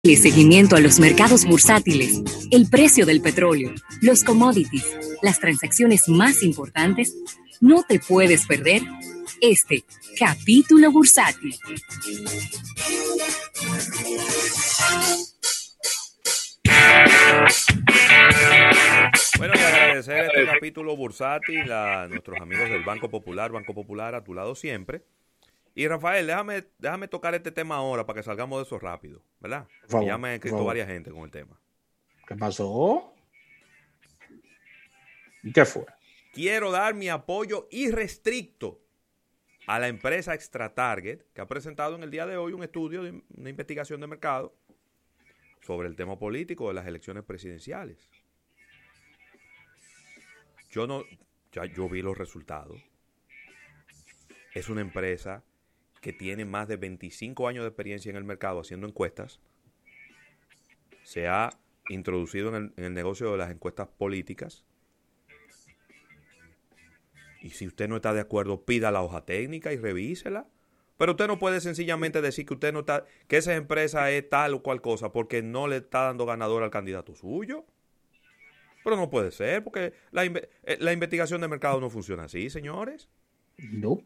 Seguimiento a los mercados bursátiles, el precio del petróleo, los commodities, las transacciones más importantes, no te puedes perder este capítulo bursátil. Bueno, y agradecer este capítulo bursátil a nuestros amigos del Banco Popular a tu lado siempre. Y Rafael, déjame tocar este tema ahora para que salgamos de eso rápido, ¿verdad? Por favor, ya me ha escrito varias gente con el tema. ¿Qué pasó? ¿Y qué fue? Quiero dar mi apoyo irrestricto a la empresa ExtraTarget, que ha presentado en el día de hoy un estudio de una investigación de mercado sobre el tema político de las elecciones presidenciales. Yo vi los resultados. Es una empresa que tiene más de 25 años de experiencia en el mercado haciendo encuestas. Se ha introducido en el negocio de las encuestas políticas. Y si usted no está de acuerdo, pida la hoja técnica y revísela. Pero usted no puede sencillamente decir que usted no está, que esa empresa es tal o cual cosa porque no le está dando ganador al candidato suyo. Pero no puede ser, porque la investigación de mercado no funciona así, señores. No.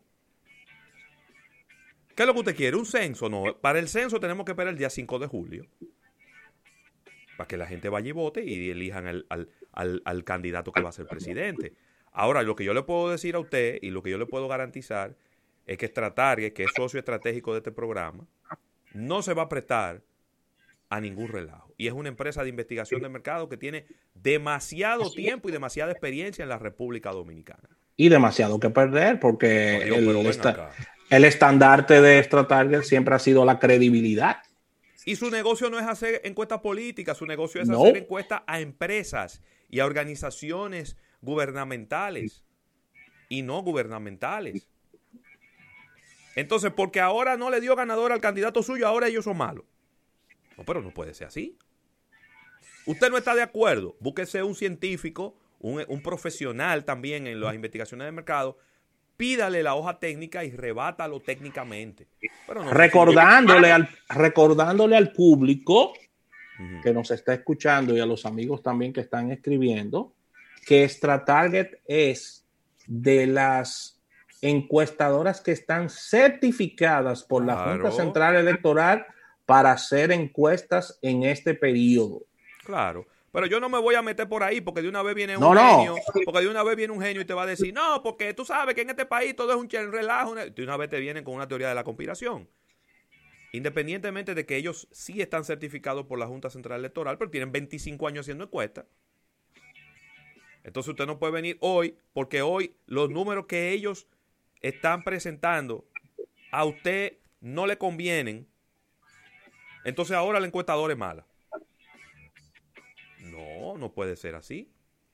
¿Qué es lo que usted quiere? ¿Un censo? No. Para el censo tenemos que esperar el día 5 de julio. Para que la gente vaya y vote y elijan al candidato que va a ser presidente. Ahora, lo que yo le puedo decir a usted y lo que yo le puedo garantizar es que ExtraTarget, que es socio estratégico de este programa, no se va a prestar a ningún relajo. Y es una empresa de investigación de mercado que tiene demasiado tiempo y demasiada experiencia en la República Dominicana. Y demasiado que perder, porque el estandarte de ExtraTarget siempre ha sido la credibilidad. Y su negocio no es hacer encuestas políticas, su negocio es hacer encuestas a empresas y a organizaciones gubernamentales y no gubernamentales. Entonces, porque ahora no le dio ganador al candidato suyo, ahora ellos son malos. No, pero no puede ser así. Usted no está de acuerdo, búsquese un científico, un profesional también en las investigaciones de mercado, pídale la hoja técnica y rebátalo técnicamente. Pero no recordándole al público que nos está escuchando y a los amigos también que están escribiendo, que ExtraTarget es de las encuestadoras que están certificadas por la Junta Central Electoral para hacer encuestas en este periodo. Claro. Pero yo no me voy a meter por ahí porque de una vez viene un genio. Porque de una vez viene un genio y te va a decir, no, porque tú sabes que en este país todo es un relajo. De una vez te vienen con una teoría de la conspiración. Independientemente de que ellos sí están certificados por la Junta Central Electoral, pero tienen 25 años haciendo encuestas. Entonces usted no puede venir hoy, porque hoy los números que ellos están presentando a usted no le convienen. Entonces ahora la encuestadora es mala. No puede ser así.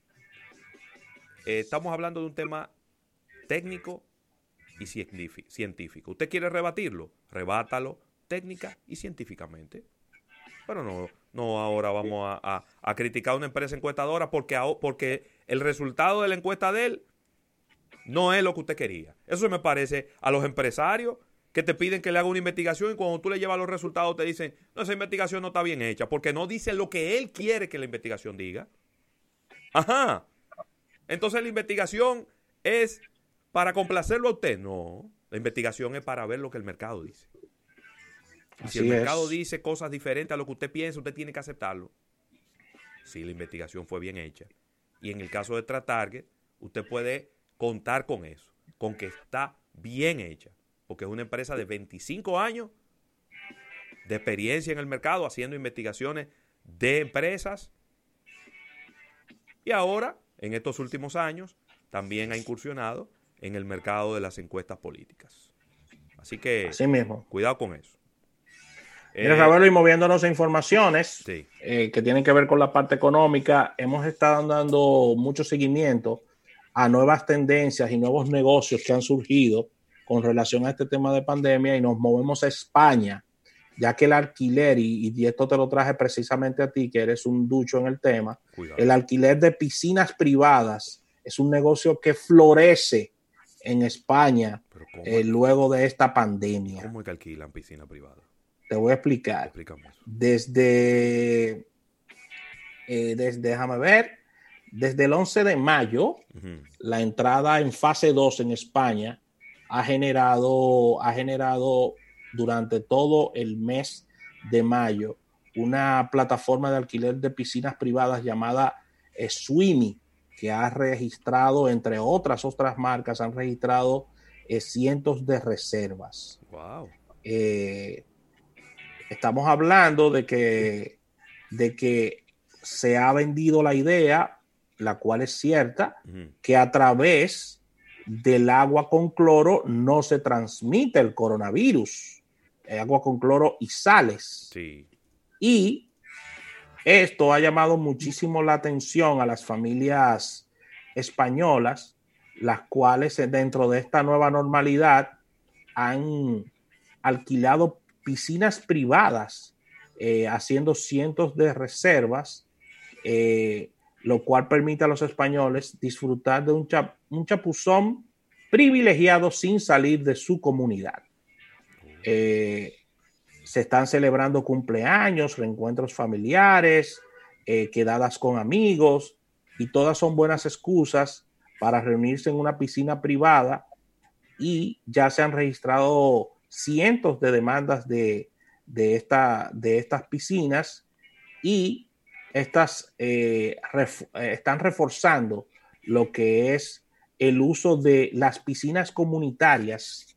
Estamos hablando de un tema técnico y científico. ¿Usted quiere rebatirlo? Rebátalo técnica y científicamente. Pero no ahora vamos a criticar a una empresa encuestadora porque el resultado de la encuesta de él no es lo que usted quería. Eso me parece a los empresarios que te piden que le haga una investigación y cuando tú le llevas los resultados te dicen, no, esa investigación no está bien hecha porque no dice lo que él quiere que la investigación diga. Ajá. Entonces la investigación es para complacerlo a usted. No, la investigación es para ver lo que el mercado dice. Si el mercado dice cosas diferentes a lo que usted piensa, usted tiene que aceptarlo. Si la investigación fue bien hecha. Y en el caso de ExtraTarget, usted puede contar con eso, con que está bien hecha. Porque es una empresa de 25 años de experiencia en el mercado, haciendo investigaciones de empresas. Y ahora, en estos últimos años, también ha incursionado en el mercado de las encuestas políticas. Así que, cuidado con eso. Mira, Ravelo, y moviéndonos a informaciones que tienen que ver con la parte económica, hemos estado dando mucho seguimiento a nuevas tendencias y nuevos negocios que han surgido con relación a este tema de pandemia y nos movemos a España, ya que el alquiler, y esto te lo traje precisamente a ti, que eres un ducho en el tema, el alquiler de piscinas privadas es un negocio que florece en España luego de esta pandemia. ¿Cómo es que alquilan piscina privada? Te voy a explicar. Explícame eso. Déjame ver, desde el 11 de mayo, la entrada en fase 2 en España ha generado durante todo el mes de mayo una plataforma de alquiler de piscinas privadas llamada Swimi, que ha registrado, entre otras marcas, han registrado cientos de reservas. Wow. Estamos hablando de que se ha vendido la idea, la cual es cierta, que a través del agua con cloro no se transmite el coronavirus. El agua con cloro y sales. Sí. Y esto ha llamado muchísimo la atención a las familias españolas, las cuales dentro de esta nueva normalidad han alquilado piscinas privadas, haciendo cientos de reservas, lo cual permite a los españoles disfrutar de un chapuzón privilegiado sin salir de su comunidad. Se están celebrando cumpleaños, reencuentros familiares, quedadas con amigos, y todas son buenas excusas para reunirse en una piscina privada, y ya se han registrado cientos de demandas de estas piscinas, y estas están reforzando lo que es el uso de las piscinas comunitarias,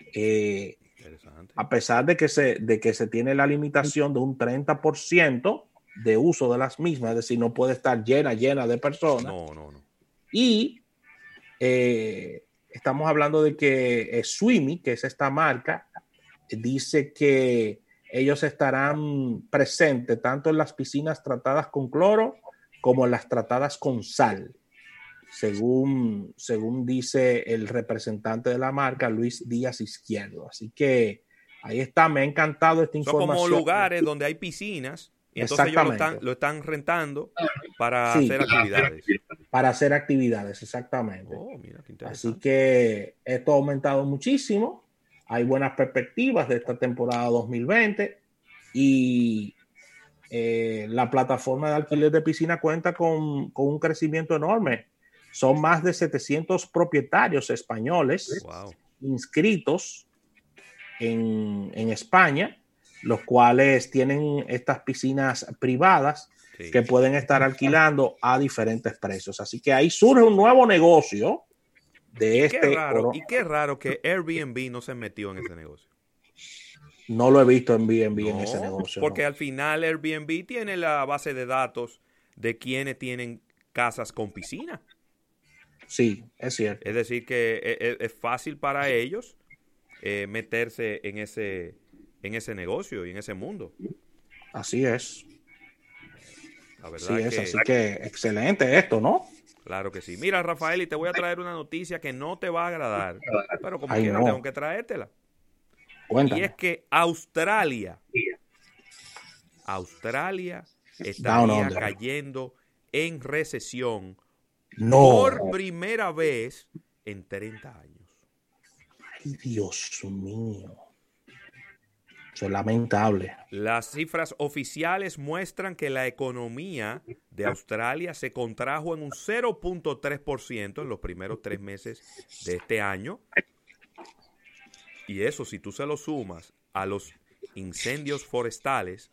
a pesar de que se tiene la limitación de un 30% de uso de las mismas, es decir, no puede estar llena de personas. No. Y estamos hablando de que Swimi, que es esta marca, dice que ellos estarán presentes tanto en las piscinas tratadas con cloro como en las tratadas con sal, según dice el representante de la marca, Luis Díaz Izquierdo. Así que ahí está, me ha encantado esta información. Son como lugares donde hay piscinas y entonces ellos lo están rentando para hacer actividades. Para hacer actividades, exactamente. Oh, mira, qué interesante. Así que esto ha aumentado muchísimo. Hay buenas perspectivas de esta temporada 2020 y la plataforma de alquiler de piscina cuenta con un crecimiento enorme. Son más de 700 propietarios españoles inscritos en España, los cuales tienen estas piscinas privadas que pueden estar alquilando a diferentes precios. Así que ahí surge un nuevo negocio de Y qué raro que Airbnb no se metió en ese negocio. No lo he visto en Airbnb en ese negocio. Porque al final Airbnb tiene la base de datos de quienes tienen casas con piscina. Sí, es cierto. Es decir, que es fácil para ellos meterse en ese negocio y en ese mundo. Así es. La verdad así que excelente esto, ¿no? Claro que sí. Mira, Rafael, y te voy a traer una noticia que no te va a agradar, pero como quiera tengo que traértela. Cuéntame. Y es que Australia estaría cayendo en recesión por primera vez en 30 años. Ay, Dios mío. Eso es lamentable. Las cifras oficiales muestran que la economía de Australia se contrajo en un 0.3% en los primeros 3 meses de este año. Y eso, si tú se lo sumas a los incendios forestales,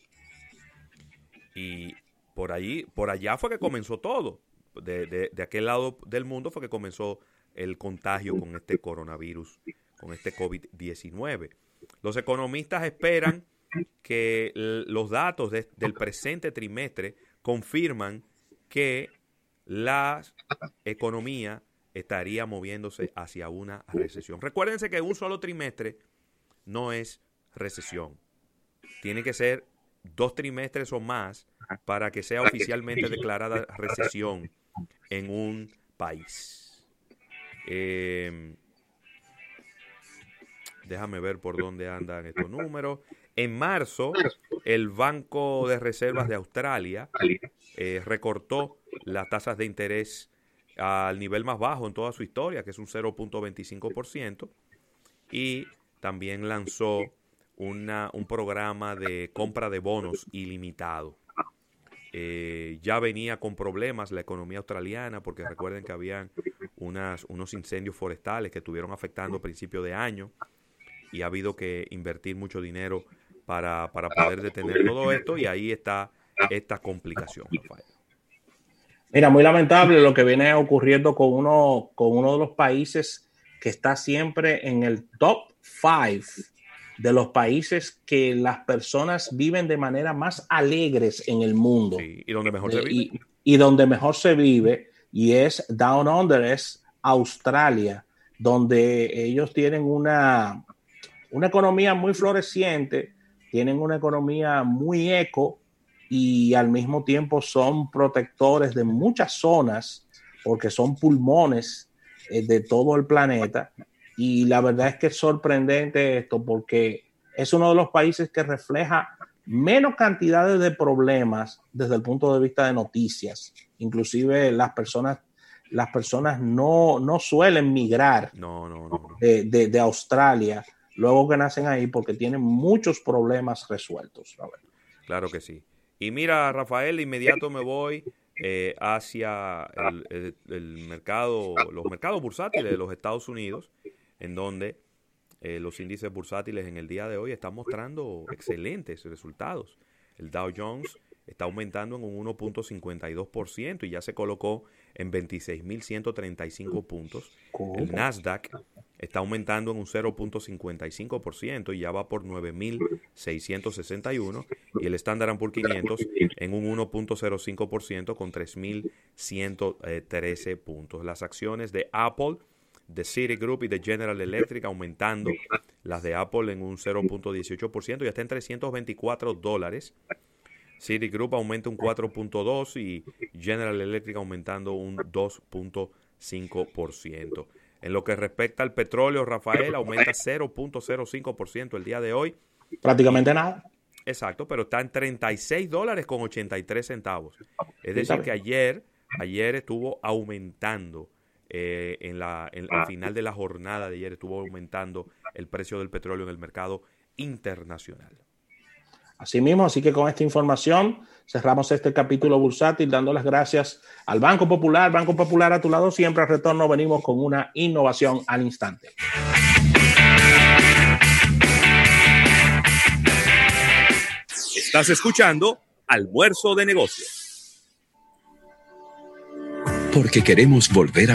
y por allá fue que comenzó todo. De aquel lado del mundo fue que comenzó el contagio con este coronavirus, con este COVID-19. Los economistas esperan que los datos del presente trimestre confirman que la economía estaría moviéndose hacia una recesión. Recuérdense que un solo trimestre no es recesión. Tiene que ser 2 trimestres o más para que sea oficialmente declarada recesión en un país. Déjame ver por dónde andan estos números. En marzo, el Banco de Reservas de Australia recortó las tasas de interés al nivel más bajo en toda su historia, que es un 0.25%, y también lanzó un programa de compra de bonos ilimitado. Ya venía con problemas la economía australiana, porque recuerden que habían unos incendios forestales que estuvieron afectando a principios de año, y ha habido que invertir mucho dinero para poder detener todo esto, y ahí está esta complicación, Rafael. Mira, muy lamentable lo que viene ocurriendo con uno de los países que está siempre en el top 5 de los países que las personas viven de manera más alegres en el mundo. Sí, y donde mejor se vive. Y donde mejor se vive, y es Down Under, es Australia, donde ellos tienen una economía muy floreciente, tienen una economía muy eco, y al mismo tiempo son protectores de muchas zonas, porque son pulmones de todo el planeta. Y la verdad es que es sorprendente esto, porque es uno de los países que refleja menos cantidades de problemas desde el punto de vista de noticias. Inclusive las personas no suelen migrar de Australia luego que nacen ahí, porque tienen muchos problemas resueltos. Claro que sí. Y mira, Rafael, de inmediato me voy hacia el mercado, los mercados bursátiles de los Estados Unidos, en donde los índices bursátiles en el día de hoy están mostrando excelentes resultados. El Dow Jones está aumentando en un 1.52% y ya se colocó en 26.135 puntos. El Nasdaq está aumentando en un 0.55% y ya va por 9.661. Y el Standard & Poor's 500 en un 1.05% con 3.113 puntos. Las acciones de Apple, de Citigroup y de General Electric aumentando. Las de Apple en un 0.18% y está en $324. Citigroup aumenta un 4.2% y General Electric aumentando un 2.5%. En lo que respecta al petróleo, Rafael, aumenta 0.05% el día de hoy. Prácticamente nada. Exacto, pero está en $36.83. Es decir, que ayer estuvo aumentando, al final de la jornada de ayer estuvo aumentando el precio del petróleo en el mercado internacional. Así mismo, así que con esta información cerramos este capítulo bursátil dando las gracias al Banco Popular. Banco Popular a tu lado siempre. Al retorno venimos con una innovación al instante. Estás escuchando Almuerzo de Negocios. Porque queremos volver a